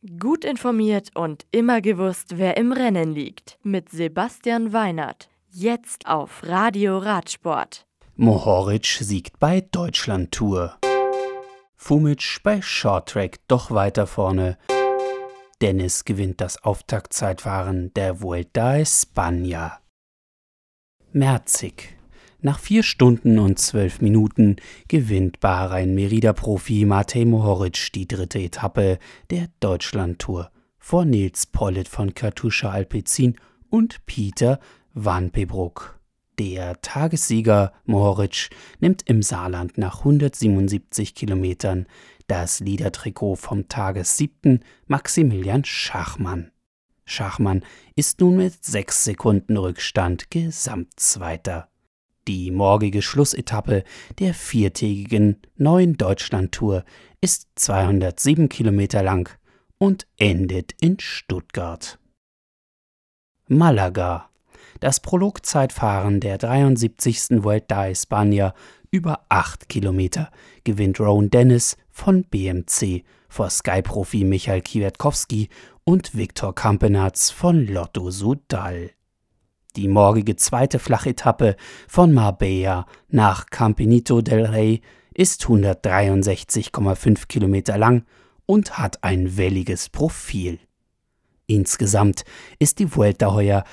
Gut informiert und immer gewusst, wer im Rennen liegt. Mit Sebastian Weinert. Jetzt auf Radio Radsport. Mohoric siegt bei Deutschlandtour. Fumic bei Shorttrack doch weiter vorne. Dennis gewinnt das Auftaktzeitfahren der Vuelta a España. Merzig. Nach 4 Stunden und 12 Minuten gewinnt Bahrain-Merida-Profi Matej Mohoric die 3. Etappe der Deutschlandtour vor Nils Politt von Katusha Alpecin und Pieter van Peebroek. Der Tagessieger Mohoric nimmt im Saarland nach 177 Kilometern das Leader-Trikot vom Tagessiebten Maximilian Schachmann. Schachmann ist nun mit 6 Sekunden Rückstand Gesamtzweiter. Die morgige Schlussetappe der 4-tägigen neuen Deutschlandtour ist 207 Kilometer lang und endet in Stuttgart. Malaga. Das Prologzeitfahren der 73. Vuelta a España über 8 Kilometer gewinnt Rowan Dennis von BMC vor Sky-Profi Michael Kwiatkowski und Viktor Kampenaerts von Lotto Soudal. Die morgige 2. Flachetappe von Marbella nach Campinito del Rey ist 163,5 Kilometer lang und hat ein welliges Profil. Insgesamt ist die Vuelta heuer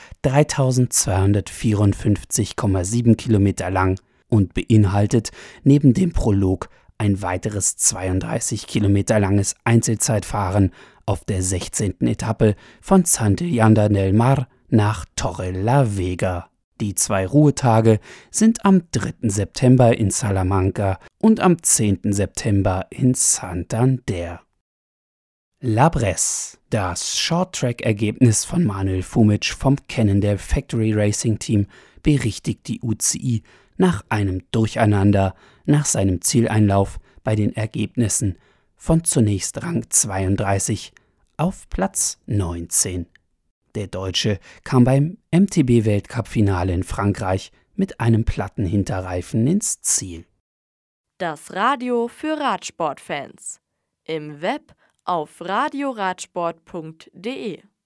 3254,7 Kilometer lang und beinhaltet neben dem Prolog ein weiteres 32 Kilometer langes Einzelzeitfahren auf der 16. Etappe von Santillana del Mar nach Torrelavega. Die 2 Ruhetage sind am 3. September in Salamanca und am 10. September in Santander. La Bresse. Das Short-Track-Ergebnis von Manuel Fumic vom Cannondale Factory Racing Team berichtigt die UCI nach einem Durcheinander nach seinem Zieleinlauf bei den Ergebnissen von zunächst Rang 32 auf Platz 19. Der Deutsche kam beim MTB-Weltcup-Finale in Frankreich mit einem platten Hinterreifen ins Ziel. Das Radio für Radsportfans. Im Web auf radioradsport.de